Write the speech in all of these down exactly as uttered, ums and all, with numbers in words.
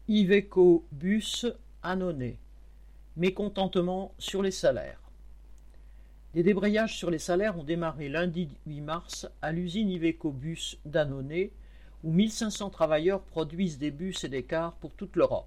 Iveco Bus Annonay. Mécontentement sur les salaires. Des débrayages sur les salaires ont démarré lundi huit mars à l'usine Iveco Bus d'Annonay, où mille cinq cents travailleurs produisent des bus et des cars pour toute l'Europe.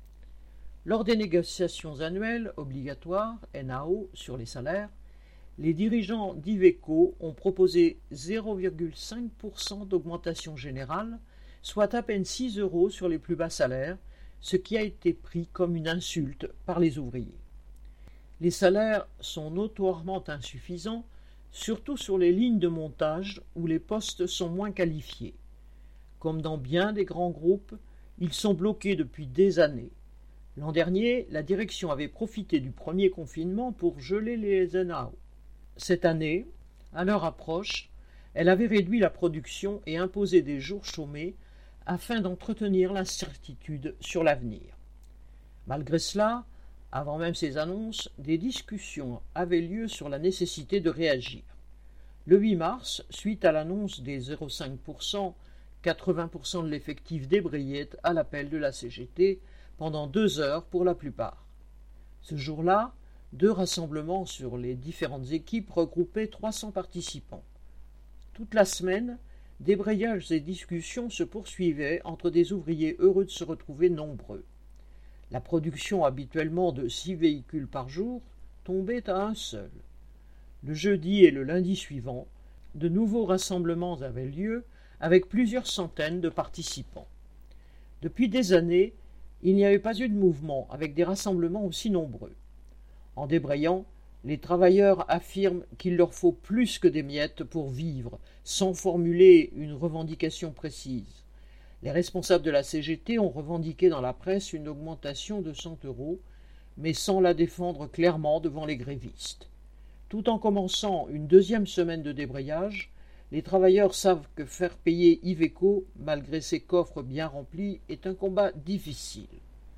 Lors des négociations annuelles obligatoires N A O sur les salaires, les dirigeants d'Iveco ont proposé zéro virgule cinq pour cent d'augmentation générale, soit à peine six euros sur les plus bas salaires, ce qui a été pris comme une insulte par les ouvriers. Les salaires sont notoirement insuffisants, surtout sur les lignes de montage où les postes sont moins qualifiés. Comme dans bien des grands groupes, ils sont bloqués depuis des années. L'an dernier, la direction avait profité du premier confinement pour geler les N A O. Cette année, à leur approche, elle avait réduit la production et imposé des jours chômés afin d'entretenir l'incertitude sur l'avenir. Malgré cela, avant même ces annonces, des discussions avaient lieu sur la nécessité de réagir. Le huit mars, suite à l'annonce des zéro virgule cinq pour cent, quatre-vingts pour cent de l'effectif débrayait à l'appel de la C G T pendant deux heures pour la plupart. Ce jour-là, deux rassemblements sur les différentes équipes regroupaient trois cents participants. Toute la semaine, débrayages et discussions se poursuivaient entre des ouvriers heureux de se retrouver nombreux. La production habituellement de six véhicules par jour tombait à un seul. Le jeudi et le lundi suivant, de nouveaux rassemblements avaient lieu avec plusieurs centaines de participants. Depuis des années, il n'y avait pas eu de mouvement avec des rassemblements aussi nombreux. En débrayant, les travailleurs affirment qu'il leur faut plus que des miettes pour vivre, sans formuler une revendication précise. Les responsables de la C G T ont revendiqué dans la presse une augmentation de cent euros, mais sans la défendre clairement devant les grévistes. Tout en commençant une deuxième semaine de débrayage, les travailleurs savent que faire payer Iveco, malgré ses coffres bien remplis, est un combat difficile.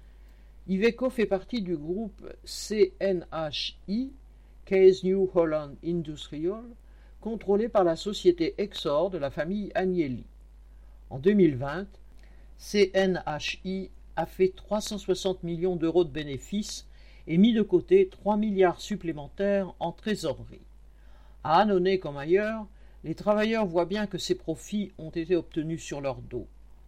Iveco fait partie du groupe C N H I, Case New Holland Industrial, contrôlé par la société Exor de la famille Agnelli. En deux mille vingt, C N H I a fait trois cent soixante millions d'euros de bénéfices et mis de côté trois milliards supplémentaires en trésorerie. À Annonay comme ailleurs, les travailleurs voient bien que ces profits ont été obtenus sur leur dos.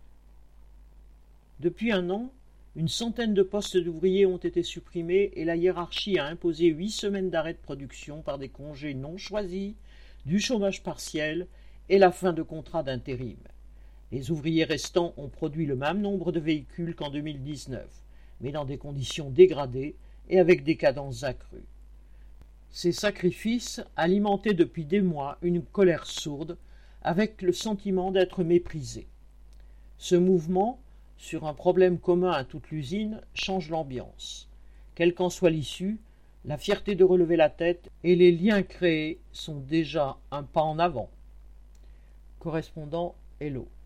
Depuis un an, une centaine de postes d'ouvriers ont été supprimés et la hiérarchie a imposé huit semaines d'arrêt de production par des congés non choisis, du chômage partiel et la fin de contrats d'intérim. Les ouvriers restants ont produit le même nombre de véhicules qu'en deux mille dix-neuf, mais dans des conditions dégradées et avec des cadences accrues. Ces sacrifices alimentaient depuis des mois une colère sourde, avec le sentiment d'être méprisés. Ce mouvement, sur un problème commun à toute l'usine, change l'ambiance. Quelle qu'en soit l'issue, la fierté de relever la tête et les liens créés sont déjà un pas en avant. Correspondant Hello.